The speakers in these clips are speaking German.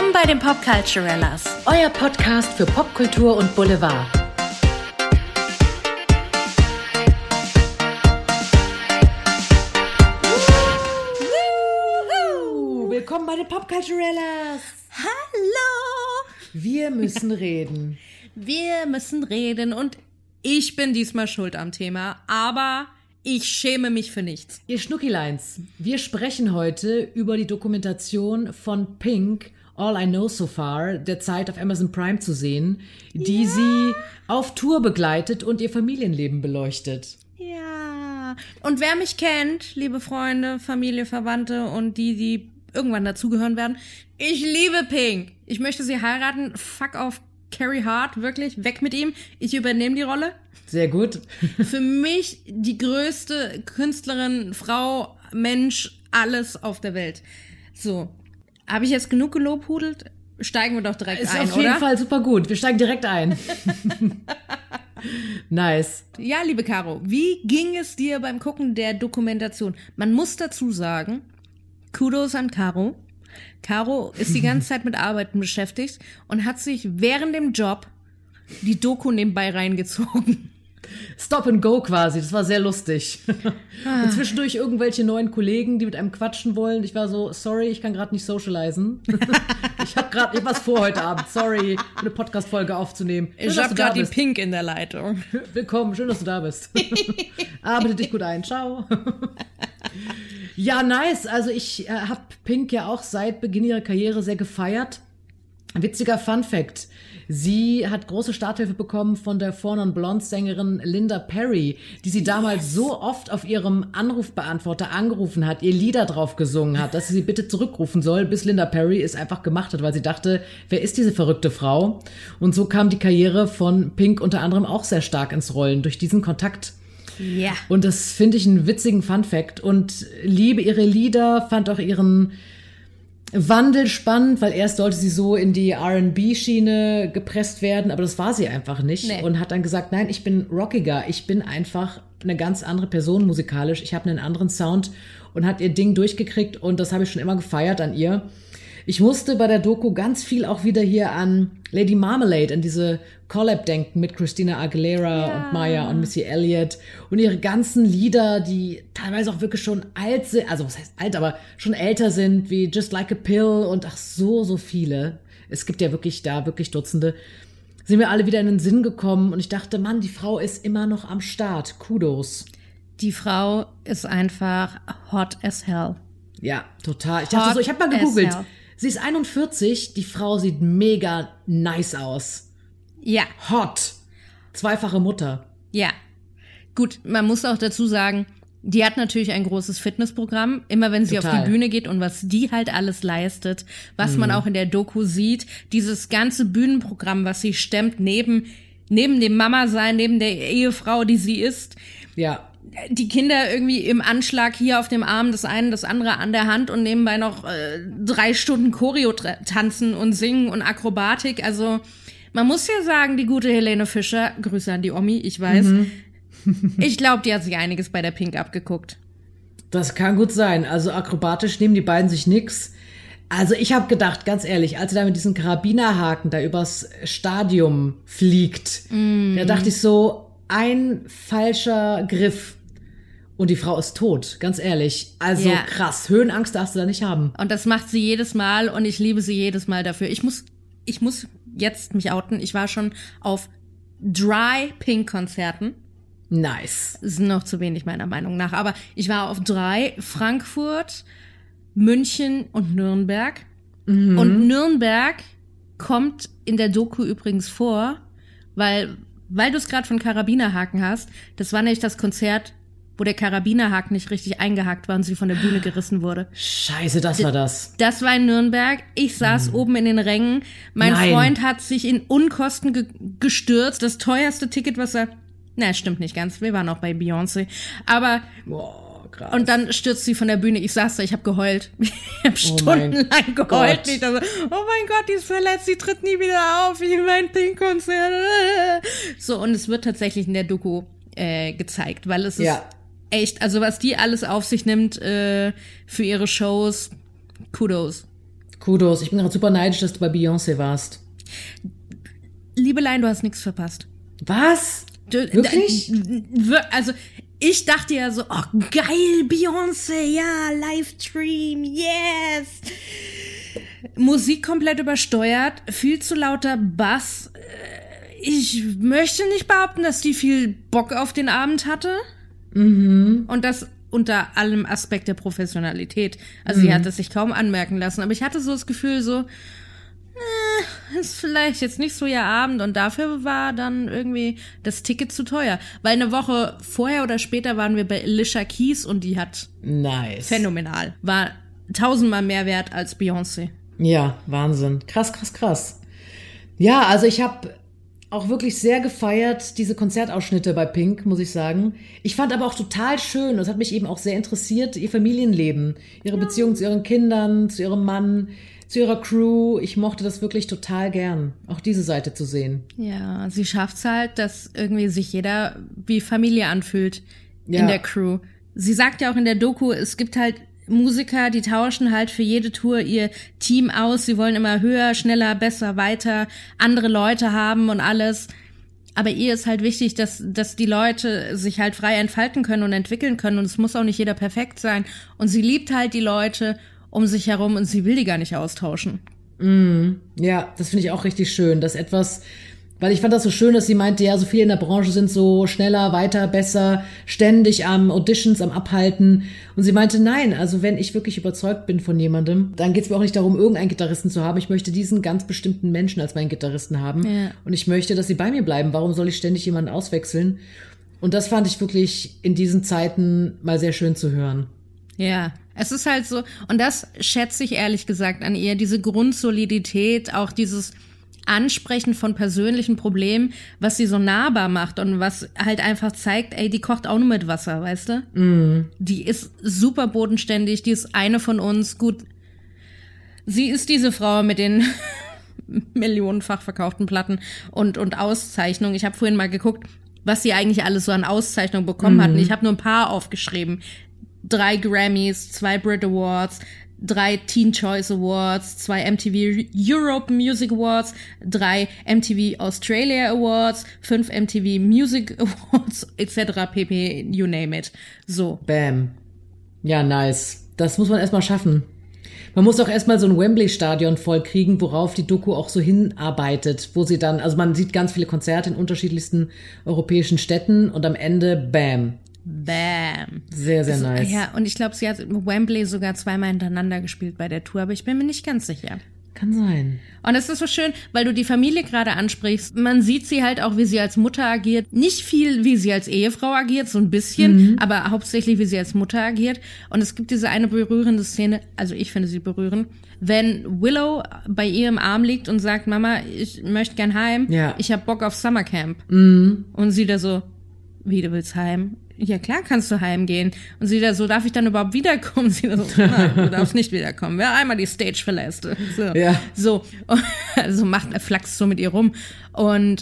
Willkommen bei den Popculturellas, euer Podcast für Popkultur und Boulevard. Willkommen bei den Popculturellas. Hallo! Wir müssen reden. Wir müssen reden und ich bin diesmal schuld am Thema, aber ich schäme mich für nichts. Ihr Schnuckileins, wir sprechen heute über die Dokumentation von Pink, All I Know So Far, derzeit auf Amazon Prime zu sehen, die sie auf Tour begleitet und ihr Familienleben beleuchtet. Ja, und wer mich kennt, liebe Freunde, Familie, Verwandte und die irgendwann dazugehören werden, ich liebe Pink. Ich möchte sie heiraten. Fuck auf Carrie Hart, wirklich, weg mit ihm. Ich übernehme die Rolle. Sehr gut. Für mich die größte Künstlerin, Frau, Mensch, alles auf der Welt. So, habe ich jetzt genug gelobhudelt? Steigen wir doch direkt ein, oder? Ist auf jeden Fall super gut. Wir steigen direkt ein. Nice. Ja, liebe Caro, wie ging es dir beim Gucken der Dokumentation? Man muss dazu sagen, Kudos an Caro. Caro ist die ganze Zeit mit Arbeiten beschäftigt und hat sich während dem Job die Doku nebenbei reingezogen. Stop and go quasi, das war sehr lustig. Und zwischendurch irgendwelche neuen Kollegen, die mit einem quatschen wollen. Ich war so, sorry, ich kann gerade nicht socialisen. Ich habe gerade was vor heute Abend, sorry, eine Podcast-Folge aufzunehmen. Schön, ich habe gerade die Pink in der Leitung. Willkommen, schön, dass du da bist. Arbeite dich gut ein, ciao. Ja, nice, also ich habe Pink ja auch seit Beginn ihrer Karriere sehr gefeiert. Witziger Funfact. Sie hat große Starthilfe bekommen von der Four Non Blondes Sängerin Linda Perry, die sie damals so oft auf ihrem Anrufbeantworter angerufen hat, ihr Lieder drauf gesungen hat, dass sie bitte zurückrufen soll, bis Linda Perry es einfach gemacht hat, weil sie dachte, wer ist diese verrückte Frau? Und so kam die Karriere von Pink unter anderem auch sehr stark ins Rollen durch diesen Kontakt. Ja. Und das finde ich einen witzigen Funfact und liebe ihre Lieder, fand auch ihren Wandel spannend, weil erst sollte sie so in die R&B-Schiene gepresst werden, aber das war sie einfach nicht. Nee. Und hat dann gesagt, nein, ich bin rockiger, ich bin einfach eine ganz andere Person musikalisch, ich habe einen anderen Sound und hat ihr Ding durchgekriegt und das habe ich schon immer gefeiert an ihr. Ich musste bei der Doku ganz viel auch wieder hier an Lady Marmalade, an diese Collab denken mit Christina Aguilera und Maya und Missy Elliott und ihre ganzen Lieder, die teilweise auch wirklich schon alt sind, also was heißt alt, aber schon älter sind, wie Just Like a Pill und ach so viele. Es gibt ja wirklich Dutzende. Sind mir alle wieder in den Sinn gekommen und ich dachte, Mann, die Frau ist immer noch am Start. Kudos. Die Frau ist einfach hot as hell. Ja, total. Ich dachte so, ich habe mal gegoogelt. Sie ist 41, die Frau sieht mega nice aus. Ja. Hot. Zweifache Mutter. Ja. Gut, man muss auch dazu sagen, die hat natürlich ein großes Fitnessprogramm, immer wenn sie Total. auf die Bühne geht und was die halt alles leistet, was man auch in der Doku sieht, dieses ganze Bühnenprogramm, was sie stemmt, neben dem Mama-Sein, neben der Ehefrau, die sie ist. Ja. Die Kinder irgendwie im Anschlag hier auf dem Arm, das eine, das andere an der Hand und nebenbei noch 3 Stunden Choreo tanzen und singen und Akrobatik. Also man muss ja sagen, die gute Helene Fischer, Grüße an die Omi, ich weiß, ich glaube, die hat sich einiges bei der Pink abgeguckt. Das kann gut sein. Also akrobatisch nehmen die beiden sich nix. Also ich habe gedacht, ganz ehrlich, als sie da mit diesem Karabinerhaken da übers Stadium fliegt, da dachte ich so, ein falscher Griff. Und die Frau ist tot, ganz ehrlich. Also krass, Höhenangst darfst du da nicht haben. Und das macht sie jedes Mal und ich liebe sie jedes Mal dafür. Ich muss jetzt mich outen. Ich war schon auf 3 Pink-Konzerten. Nice. Das ist noch zu wenig meiner Meinung nach. Aber ich war auf 3, Frankfurt, München und Nürnberg. Und Nürnberg kommt in der Doku übrigens vor, weil du es gerade von Karabinerhaken hast. Das war nämlich das Konzert, wo der Karabinerhaken nicht richtig eingehakt war und sie von der Bühne gerissen wurde. Scheiße, das war das. Das war in Nürnberg. Ich saß oben in den Rängen. Mein Freund hat sich in Unkosten gestürzt. Das teuerste Ticket, was er... Na, stimmt nicht ganz. Wir waren auch bei Beyoncé. Aber... Boah, krass. Und dann stürzt sie von der Bühne. Ich saß da, ich habe geheult. Ich habe stundenlang geheult. Ich dachte, oh mein Gott, die ist verletzt, die tritt nie wieder auf. Ich will mein Pink-Konzert. So, und es wird tatsächlich in der Doku gezeigt, weil es ist echt, also was die alles auf sich nimmt für ihre Shows, Kudos. Kudos. Ich bin gerade super neidisch, dass du bei Beyoncé warst. Liebelein, du hast nichts verpasst. Was? Wirklich? Also, ich dachte ja so, oh geil, Beyoncé, ja, Livestream, yes. Musik komplett übersteuert, viel zu lauter Bass. Ich möchte nicht behaupten, dass die viel Bock auf den Abend hatte. Mhm. Und das unter allem Aspekt der Professionalität. Also sie hat es sich kaum anmerken lassen. Aber ich hatte so das Gefühl so, ist vielleicht jetzt nicht so ihr Abend. Und dafür war dann irgendwie das Ticket zu teuer. Weil eine Woche vorher oder später waren wir bei Alicia Keys und die hat phänomenal. War 1000-mal mehr wert als Beyoncé. Ja, Wahnsinn. Krass. Ja, also ich habe auch wirklich sehr gefeiert, diese Konzertausschnitte bei Pink, muss ich sagen. Ich fand aber auch total schön, das hat mich eben auch sehr interessiert, ihr Familienleben, ihre Beziehung zu ihren Kindern, zu ihrem Mann, zu ihrer Crew. Ich mochte das wirklich total gern, auch diese Seite zu sehen. Ja, sie schafft's halt, dass irgendwie sich jeder wie Familie anfühlt in der Crew. Sie sagt ja auch in der Doku, es gibt halt Musiker, die tauschen halt für jede Tour ihr Team aus. Sie wollen immer höher, schneller, besser, weiter, andere Leute haben und alles. Aber ihr ist halt wichtig, dass die Leute sich halt frei entfalten können und entwickeln können. Und es muss auch nicht jeder perfekt sein. Und sie liebt halt die Leute um sich herum und sie will die gar nicht austauschen. Ja, das finde ich auch richtig schön. Das etwas, weil ich fand das so schön, dass sie meinte, ja, so viele in der Branche sind so schneller, weiter, besser, ständig am Auditions, am Abhalten. Und sie meinte, nein, also wenn ich wirklich überzeugt bin von jemandem, dann geht es mir auch nicht darum, irgendeinen Gitarristen zu haben. Ich möchte diesen ganz bestimmten Menschen als meinen Gitarristen haben. Ja. Und ich möchte, dass sie bei mir bleiben. Warum soll ich ständig jemanden auswechseln? Und das fand ich wirklich in diesen Zeiten mal sehr schön zu hören. Ja, es ist halt so, und das schätze ich ehrlich gesagt an ihr, diese Grundsolidität, auch dieses Ansprechen von persönlichen Problemen, was sie so nahbar macht und was halt einfach zeigt, ey, die kocht auch nur mit Wasser, weißt du? Die ist super bodenständig, die ist eine von uns, gut, sie ist diese Frau mit den millionenfach verkauften Platten und Auszeichnungen. Ich habe vorhin mal geguckt, was sie eigentlich alles so an Auszeichnungen bekommen hatten. Ich habe nur ein paar aufgeschrieben. 3 Grammys, 2 Brit Awards, 3 Teen Choice Awards, 2 MTV Europe Music Awards, 3 MTV Australia Awards, 5 MTV Music Awards, etc. pp. You name it. So. Bam. Ja, nice. Das muss man erstmal schaffen. Man muss auch erstmal so ein Wembley-Stadion voll kriegen, worauf die Doku auch so hinarbeitet, wo sie dann, also man sieht ganz viele Konzerte in unterschiedlichsten europäischen Städten und am Ende, bam. Bam. Sehr, sehr nice. Ja, und ich glaube, sie hat Wembley sogar 2-mal hintereinander gespielt bei der Tour, aber ich bin mir nicht ganz sicher. Kann sein. Und es ist so schön, weil du die Familie gerade ansprichst. Man sieht sie halt auch, wie sie als Mutter agiert. Nicht viel, wie sie als Ehefrau agiert, so ein bisschen, aber hauptsächlich, wie sie als Mutter agiert. Und es gibt diese eine berührende Szene, also ich finde sie berührend, wenn Willow bei ihr im Arm liegt und sagt, Mama, ich möchte gern heim, ich hab Bock auf Summercamp. Und sie da so, wie, du willst heim? Ja, klar kannst du heimgehen. Und sie da so, darf ich dann überhaupt wiederkommen? Sie da so, nein, du darfst nicht wiederkommen. Wer einmal die Stage verlässt. So. Ja. So. Also flachst so mit ihr rum. Und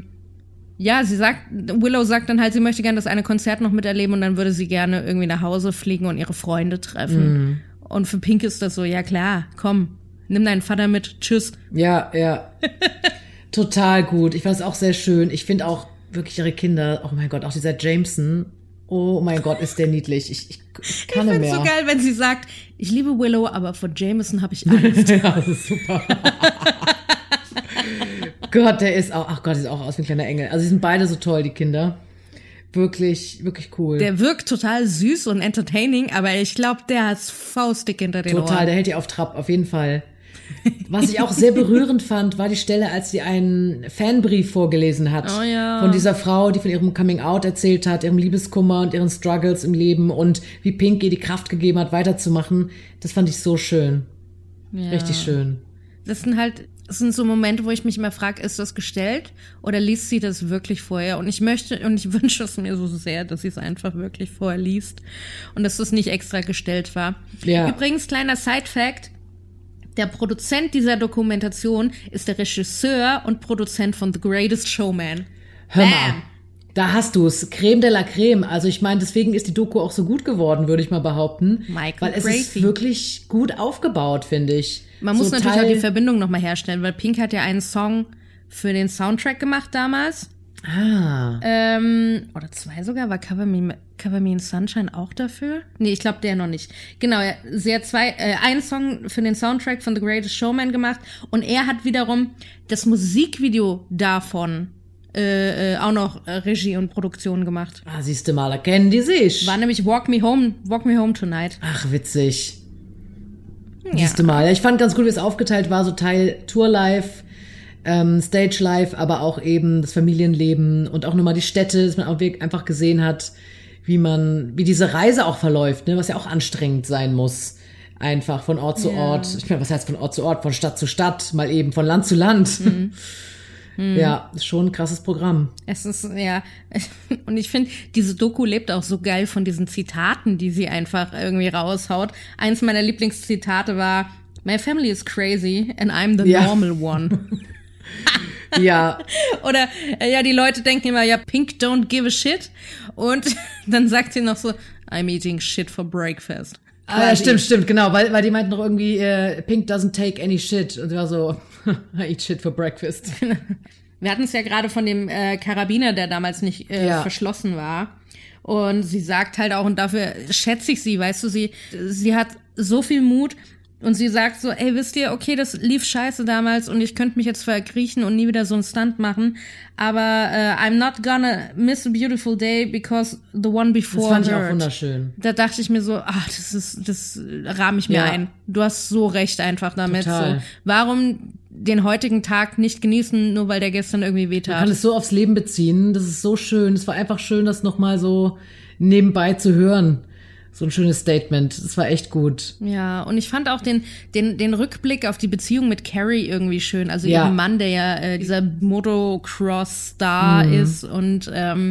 ja, Willow sagt dann halt, sie möchte gerne das eine Konzert noch miterleben und dann würde sie gerne irgendwie nach Hause fliegen und ihre Freunde treffen. Und für Pink ist das so, ja klar, komm, nimm deinen Vater mit, tschüss. Ja. Total gut. Ich fand es auch sehr schön. Ich finde auch wirklich ihre Kinder, oh mein Gott, auch dieser Jameson, oh mein Gott, ist der niedlich. Ich kann nicht mehr. Ich find's so geil, wenn sie sagt, ich liebe Willow, aber vor Jameson habe ich Angst. Ja, das ist super. Gott, der ist auch, ach Gott, der sieht auch aus wie ein kleiner Engel. Also die sind beide so toll, die Kinder. Wirklich, wirklich cool. Der wirkt total süß und entertaining, aber ich glaube, der hat's faustdick hinter den Ohren. Total, der hält die auf Trab, auf jeden Fall. Was ich auch sehr berührend fand, war die Stelle, als sie einen Fanbrief vorgelesen hat. Oh ja. Von dieser Frau, die von ihrem Coming-out erzählt hat, ihrem Liebeskummer und ihren Struggles im Leben und wie Pink ihr die Kraft gegeben hat, weiterzumachen. Das fand ich so schön. Ja. Richtig schön. Das sind so Momente, wo ich mich immer frage, ist das gestellt oder liest sie das wirklich vorher? Und ich wünsche es mir so sehr, dass sie es einfach wirklich vorher liest und dass das nicht extra gestellt war. Ja. Übrigens, kleiner Side-Fact, der Produzent dieser Dokumentation ist der Regisseur und Produzent von The Greatest Showman. Hör mal, Da hast du's. Creme de la Creme. Also ich meine, deswegen ist die Doku auch so gut geworden, würde ich mal behaupten. Michael weil es Bracey. ist wirklich gut aufgebaut, finde ich. Man muss natürlich auch die Verbindung nochmal herstellen, weil Pink hat ja einen Song für den Soundtrack gemacht damals. Oder 2 sogar. War Cover Me in Sunshine auch dafür? Nee, ich glaube, der noch nicht. Genau, sie hat einen Song für den Soundtrack von The Greatest Showman gemacht und er hat wiederum das Musikvideo davon auch noch Regie und Produktion gemacht. Siehst du mal, erkennen die sich. War nämlich Walk Me Home Tonight. Ach, witzig. Ja. Siehst du mal. Ja, ich fand ganz gut, wie es aufgeteilt war, so Teil Tour Live, Stage Live, aber auch eben das Familienleben und auch nochmal die Städte, dass man auch einfach gesehen hat, wie diese Reise auch verläuft, ne, was ja auch anstrengend sein muss. Einfach von Ort zu Ort. Ich meine, was heißt von Ort zu Ort? Von Stadt zu Stadt, mal eben von Land zu Land. Ja, ist schon ein krasses Programm. Es ist, ja, und ich finde, diese Doku lebt auch so geil von diesen Zitaten, die sie einfach irgendwie raushaut. Eins meiner Lieblingszitate war, "My family is crazy and I'm the normal one." Ja. Oder, ja, die Leute denken immer, ja, Pink don't give a shit. Und dann sagt sie noch so, "I'm eating shit for breakfast." Ja, stimmt, genau, weil die meinten noch irgendwie, Pink doesn't take any shit. Und sie war so, I eat shit for breakfast. Wir hatten es ja gerade von dem Karabiner, der damals nicht verschlossen war. Und sie sagt halt auch, und dafür schätze ich sie, weißt du, sie hat so viel Mut. Und sie sagt so, ey, wisst ihr, okay, das lief scheiße damals und ich könnte mich jetzt verkriechen und nie wieder so einen Stunt machen, aber I'm not gonna miss a beautiful day because the one before Das fand ich hurt. auch wunderschön. Da dachte ich mir so, das rahme ich mir ein. Du hast so recht einfach damit. Total. So, warum den heutigen Tag nicht genießen, nur weil der gestern irgendwie wehtat? Man kann es so aufs Leben beziehen, das ist so schön. Es war einfach schön, das nochmal so nebenbei zu hören. So ein schönes Statement. Das war echt gut. Ja, und ich fand auch den Rückblick auf die Beziehung mit Carrie irgendwie schön. Also ihrem Mann, der ja dieser Motocross-Star ist und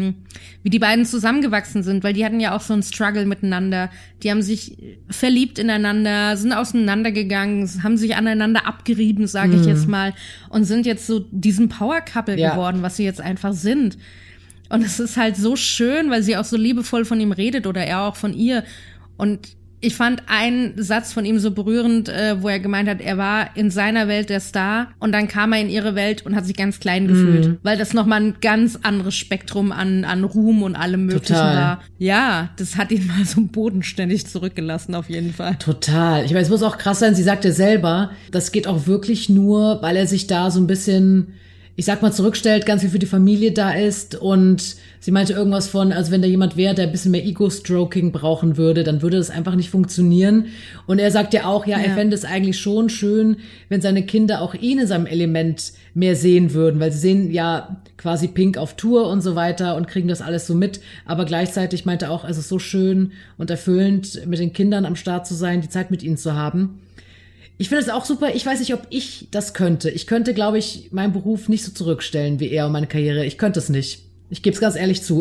wie die beiden zusammengewachsen sind, weil die hatten ja auch so einen Struggle miteinander. Die haben sich verliebt ineinander, sind auseinandergegangen, haben sich aneinander abgerieben, sage ich jetzt mal, und sind jetzt so diesem Power-Couple geworden, was sie jetzt einfach sind. Und es ist halt so schön, weil sie auch so liebevoll von ihm redet oder er auch von ihr. Und ich fand einen Satz von ihm so berührend, wo er gemeint hat, er war in seiner Welt der Star und dann kam er in ihre Welt und hat sich ganz klein gefühlt. Weil das nochmal ein ganz anderes Spektrum an Ruhm und allem Möglichen war. Ja, das hat ihn mal so bodenständig zurückgelassen auf jeden Fall. Total. Ich meine, es muss auch krass sein, sie sagt ja selber, das geht auch wirklich nur, weil er sich da so ein bisschen, ich sag mal, zurückstellt, ganz viel für die Familie da ist und sie meinte irgendwas von, also wenn da jemand wäre, der ein bisschen mehr Ego-Stroking brauchen würde, dann würde das einfach nicht funktionieren. Und er sagt ja auch, er fände es eigentlich schon schön, wenn seine Kinder auch ihn in seinem Element mehr sehen würden, weil sie sehen ja quasi Pink auf Tour und so weiter und kriegen das alles so mit. Aber gleichzeitig meinte er auch, es ist so schön und erfüllend, mit den Kindern am Start zu sein, die Zeit mit ihnen zu haben. Ich finde es auch super. Ich weiß nicht, ob ich das könnte. Ich könnte, glaube ich, meinen Beruf nicht so zurückstellen wie er und meine Karriere. Ich könnte es nicht. Ich gebe es ganz ehrlich zu.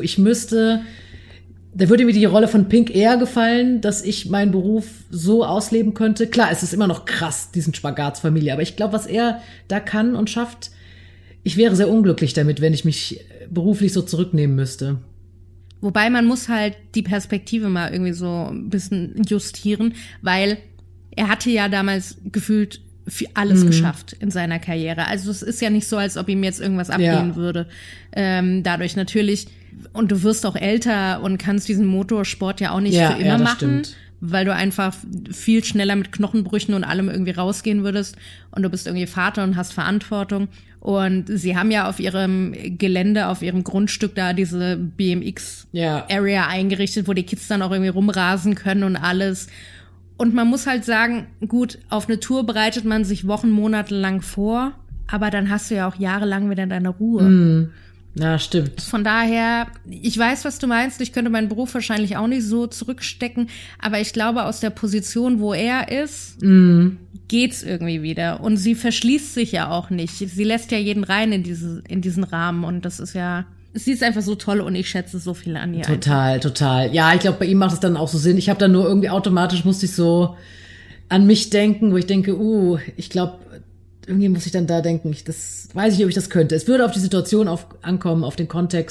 Da würde mir die Rolle von Pink eher gefallen, dass ich meinen Beruf so ausleben könnte. Klar, es ist immer noch krass, diesen Spagatsfamilie. Aber ich glaube, was er da kann und schafft, ich wäre sehr unglücklich damit, wenn ich mich beruflich so zurücknehmen müsste. Wobei man muss halt die Perspektive mal irgendwie so ein bisschen justieren, weil er hatte ja damals gefühlt alles geschafft in seiner Karriere. Also es ist ja nicht so, als ob ihm jetzt irgendwas abgehen würde. Dadurch natürlich, und du wirst auch älter und kannst diesen Motorsport ja auch nicht für immer machen, stimmt. Weil du einfach viel schneller mit Knochenbrüchen und allem irgendwie rausgehen würdest. Und du bist irgendwie Vater und hast Verantwortung. Und sie haben ja auf ihrem Gelände, auf ihrem Grundstück da diese BMX-Area eingerichtet, wo die Kids dann auch irgendwie rumrasen können und alles. Und man muss halt sagen, gut, auf eine Tour bereitet man sich Wochen, Monate lang vor, aber dann hast du ja auch jahrelang wieder deine Ruhe. Ja, stimmt. Von daher, ich weiß, was du meinst, ich könnte meinen Beruf wahrscheinlich auch nicht so zurückstecken, aber ich glaube, aus der Position, wo er ist, geht's irgendwie wieder. Und sie verschließt sich ja auch nicht. Sie lässt ja jeden rein in diesen Rahmen und das ist ja... Sie ist einfach so toll und ich schätze so viel an ihr. Total. Ja, ich glaube, bei ihm macht es dann auch so Sinn. Ich habe dann nur irgendwie automatisch, musste ich so an mich denken, wo ich denke, ich glaube, irgendwie muss ich dann da denken. Das weiß ich, ob ich das könnte. Es würde auf die Situation ankommen, auf den Kontext,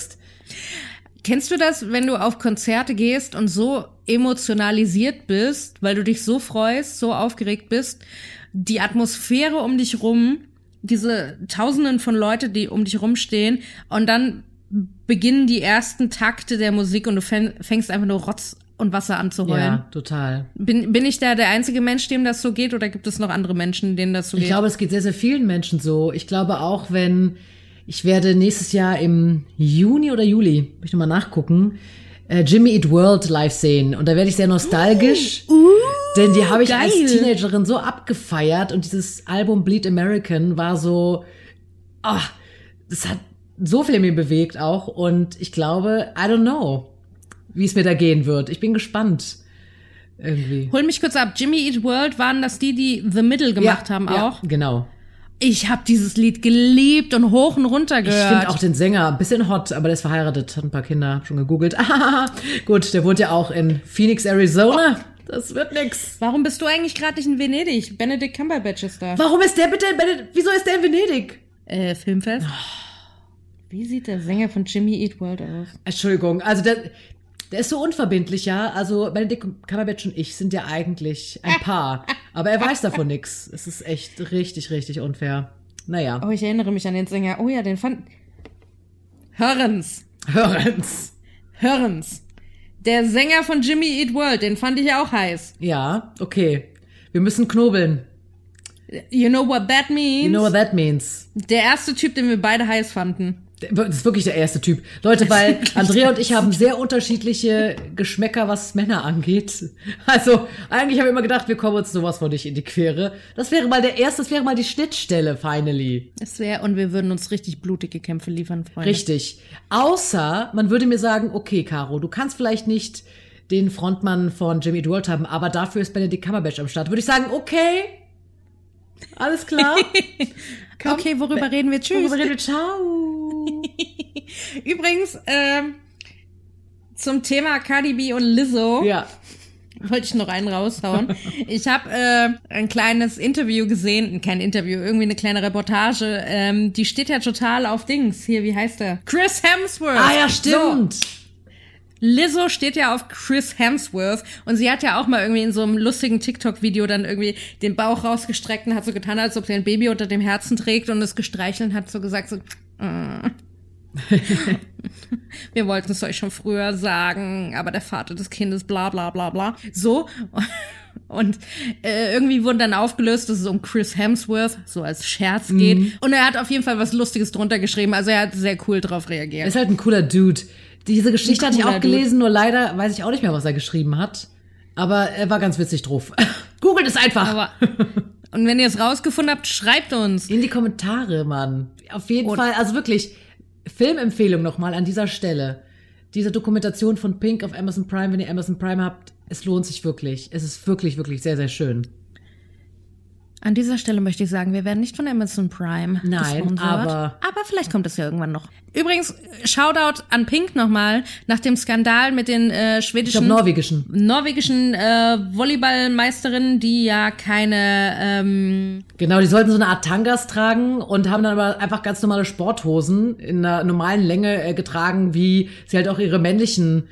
Kennst du das, wenn du auf Konzerte gehst und so emotionalisiert bist, weil du dich so freust, so aufgeregt bist, die Atmosphäre um dich rum, diese Tausenden von Leuten, die um dich rumstehen, und dann beginnen die ersten Takte der Musik und du fängst einfach nur Rotz und Wasser an zu heulen? Ja, total. Bin ich da der einzige Mensch, dem das so geht, oder gibt es noch andere Menschen, denen das so geht? Ich glaube, es geht sehr, sehr vielen Menschen so. Ich glaube auch, ich werde nächstes Jahr im Juni oder Juli, muss ich nochmal nachgucken, Jimmy Eat World live sehen. Und da werde ich sehr nostalgisch, denn die habe ich geil. als Teenagerin so abgefeiert. Und dieses Album Bleed American war so, das hat so viel in mir bewegt auch. Und ich glaube, I don't know, wie es mir da gehen wird. Ich bin gespannt. Irgendwie. Hol mich kurz ab. Jimmy Eat World, waren das die The Middle gemacht haben auch? Ja, genau. Ich habe dieses Lied geliebt und hoch und runter Ich gehört. finde auch den Sänger ein bisschen hot, aber der ist verheiratet, hat ein paar Kinder, hab schon gegoogelt. Gut, der wohnt ja auch in Phoenix, Arizona. Das wird nix. Warum bist du eigentlich gerade nicht in Venedig? Benedict Cumberbatch ist da. Warum ist der bitte, wieso ist der in Venedig? Filmfest? Wie sieht der Sänger von Jimmy Eat World aus? Entschuldigung, also der ist so unverbindlich, ja. Also Benedict Cumberbatch und ich sind ja eigentlich ein Paar. Aber er weiß davon nix. Es ist echt richtig, richtig unfair. Naja. Oh, ich erinnere mich an den Sänger. Oh ja, den fand... Hörens. Der Sänger von Jimmy Eat World, den fand ich auch heiß. Ja, okay. Wir müssen knobeln. You know what that means? You know what that means. Der erste Typ, den wir beide heiß fanden. Das ist wirklich der erste Typ. Leute, weil Andrea und ich haben sehr unterschiedliche Geschmäcker, was Männer angeht. Also, eigentlich habe ich immer gedacht, wir kommen uns sowas von nicht in die Quere. Das wäre mal das wäre mal die Schnittstelle, finally. Und wir würden uns richtig blutige Kämpfe liefern, Freunde. Richtig. Außer, man würde mir sagen, okay, Caro, du kannst vielleicht nicht den Frontmann von Jimmy Eat World haben, aber dafür ist Benedict Cumberbatch am Start. Würde ich sagen, okay, alles klar. Komm. Okay, worüber reden wir? Tschüss. Worüber reden wir? Ciao. Übrigens, zum Thema Cardi B und Lizzo. Ja. Wollte ich noch einen raushauen. Ich habe ein kleines Interview gesehen, kein Interview, irgendwie eine kleine Reportage. Die steht ja total auf Dings. Hier, wie heißt der? Chris Hemsworth. Ah ja, stimmt. So. Lizzo steht ja auf Chris Hemsworth und sie hat ja auch mal irgendwie in so einem lustigen TikTok-Video dann irgendwie den Bauch rausgestreckt und hat so getan, als ob sie ein Baby unter dem Herzen trägt und es gestreichelt und hat so gesagt so, wir wollten es euch schon früher sagen, aber der Vater des Kindes bla bla bla bla. So. Und irgendwie wurde dann aufgelöst, dass es um Chris Hemsworth so als Scherz geht. Und er hat auf jeden Fall was Lustiges drunter geschrieben. Also er hat sehr cool drauf reagiert. Er ist halt ein cooler Dude. Diese Geschichte hatte ich auch gelesen, nur leider weiß ich auch nicht mehr, was er geschrieben hat. Aber er war ganz witzig drauf. Googelt es einfach. Und wenn ihr es rausgefunden habt, schreibt uns. In die Kommentare, Mann. Auf jeden Fall, also wirklich, Filmempfehlung nochmal an dieser Stelle. Diese Dokumentation von Pink auf Amazon Prime, wenn ihr Amazon Prime habt, es lohnt sich wirklich. Es ist wirklich, wirklich sehr, sehr schön. An dieser Stelle möchte ich sagen, wir werden nicht von Amazon Prime gesponsert. Aber vielleicht kommt es ja irgendwann noch. Übrigens, Shoutout an Pink nochmal, nach dem Skandal mit den schwedischen... norwegischen Volleyballmeisterinnen, die ja keine... Genau, die sollten so eine Art Tangas tragen und haben dann aber einfach ganz normale Sporthosen in einer normalen Länge getragen, wie sie halt auch ihre männlichen...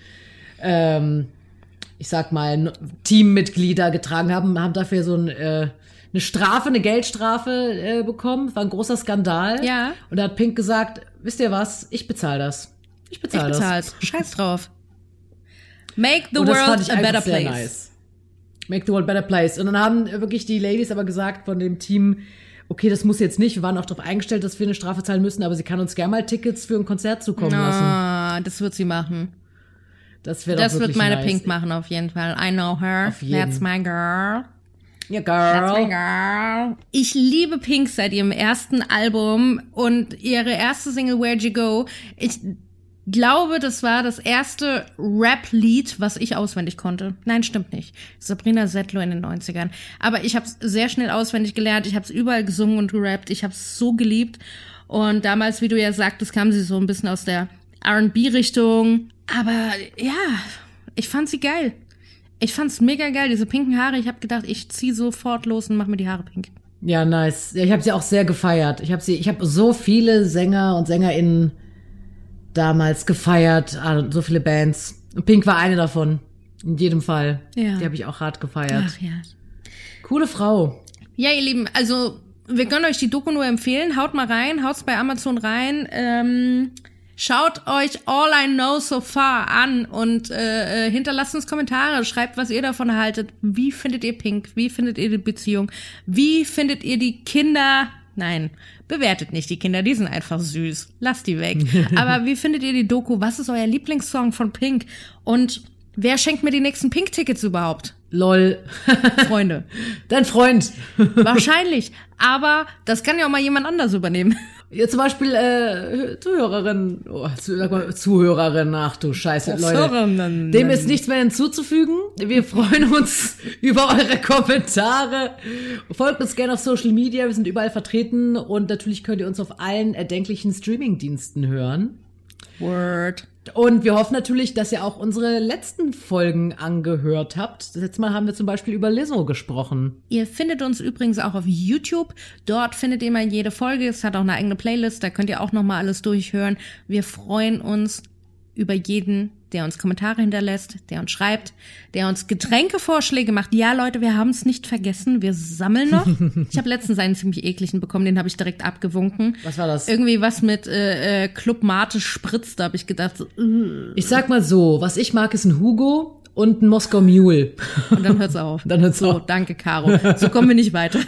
ich sag mal, Teammitglieder getragen haben dafür so eine Geldstrafe bekommen. War ein großer Skandal. Ja. Und da hat Pink gesagt, wisst ihr was? Ich bezahle das. Ich bezahl's. Scheiß drauf. Make the world a better place. Nice. Make the world a better place. Und dann haben wirklich die Ladies aber gesagt von dem Team, okay, das muss jetzt nicht. Wir waren auch darauf eingestellt, dass wir eine Strafe zahlen müssen, aber sie kann uns gerne mal Tickets für ein Konzert zukommen lassen. Das wird sie machen. Das wird meine nice. Pink machen auf jeden Fall. I know her. Auf jeden. That's my girl. Ja, Girl. That's my girl. Ich liebe Pink seit ihrem ersten Album und ihre erste Single Where'd You Go. Ich glaube, das war das erste Rap-Lied, was ich auswendig konnte. Nein, stimmt nicht. Sabrina Settler in den 90ern. Aber ich habe es sehr schnell auswendig gelernt. Ich habe es überall gesungen und gerappt. Ich habe es so geliebt. Und damals, wie du ja sagtest, kam sie so ein bisschen aus der R&B-Richtung. Aber ja, ich fand sie geil. Ich fand's mega geil, diese pinken Haare. Ich habe gedacht, ich ziehe sofort los und mache mir die Haare pink. Ja, nice. Ja, ich habe sie auch sehr gefeiert. Ich habe so viele Sänger und SängerInnen damals gefeiert. So viele Bands. Und Pink war eine davon. In jedem Fall. Ja. Die habe ich auch hart gefeiert. Ach ja. Coole Frau. Ja, ihr Lieben, also wir können euch die Doku nur empfehlen. Haut mal rein, haut's bei Amazon rein. Schaut euch All I Know So Far an und hinterlasst uns Kommentare. Schreibt, was ihr davon haltet. Wie findet ihr Pink? Wie findet ihr die Beziehung? Wie findet ihr die Kinder? Nein, bewertet nicht die Kinder, die sind einfach süß. Lasst die weg. Aber wie findet ihr die Doku? Was ist euer Lieblingssong von Pink? Und wer schenkt mir die nächsten Pink-Tickets überhaupt? Lol. Freunde. Dein Freund. Wahrscheinlich. Aber das kann ja auch mal jemand anders übernehmen. Ja, zum Beispiel Zuhörerin. Zuhörerin, ach du Scheiße, Leute. Dem ist nichts mehr hinzuzufügen. Wir freuen uns über eure Kommentare. Folgt uns gerne auf Social Media, wir sind überall vertreten. Und natürlich könnt ihr uns auf allen erdenklichen Streamingdiensten hören. Word. Und wir hoffen natürlich, dass ihr auch unsere letzten Folgen angehört habt. Das letzte Mal haben wir zum Beispiel über Lizzo gesprochen. Ihr findet uns übrigens auch auf YouTube. Dort findet ihr mal jede Folge. Es hat auch eine eigene Playlist. Da könnt ihr auch nochmal alles durchhören. Wir freuen uns über jeden, der uns Kommentare hinterlässt, der uns schreibt, der uns Getränkevorschläge macht. Ja, Leute, wir haben es nicht vergessen. Wir sammeln noch. Ich habe letztens einen ziemlich ekligen bekommen. Den habe ich direkt abgewunken. Was war das? Irgendwie was mit Club Mate Spritz. Da habe ich gedacht, so, Ich sag mal so, was ich mag, ist ein Hugo und ein Moskau Mule. Und dann hört's auf. Dann hört's auf. So, danke, Caro. So kommen wir nicht weiter.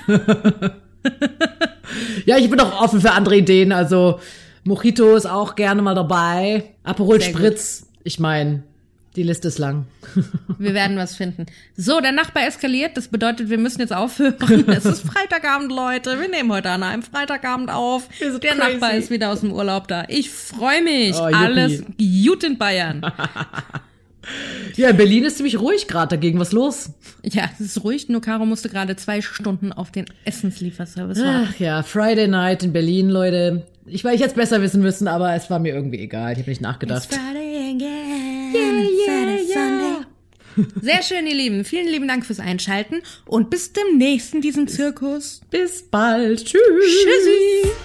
Ja, ich bin auch offen für andere Ideen. Also Mojito ist auch gerne mal dabei. Aperol Sehr Spritz. Ich meine, die Liste ist lang. Wir werden was finden. So, der Nachbar eskaliert. Das bedeutet, wir müssen jetzt aufhören. Es ist Freitagabend, Leute. Wir nehmen heute an einem Freitagabend auf. Der crazy. Nachbar ist wieder aus dem Urlaub da. Ich freue mich. Oh, Alles gut in Bayern. Ja, in Berlin ist ziemlich ruhig gerade dagegen. Was los? Ja, es ist ruhig. Nur Caro musste gerade 2 Stunden auf den Essenslieferservice warten. Ach ja, Friday Night in Berlin, Leute. Ich hätte es besser wissen müssen, aber es war mir irgendwie egal. Ich habe nicht nachgedacht. It's Friday again. Saturday, Sunday. Sehr schön, ihr Lieben. Vielen lieben Dank fürs Einschalten und bis demnächst in diesem Zirkus. Bis bald. Tschüss. Tschüssi.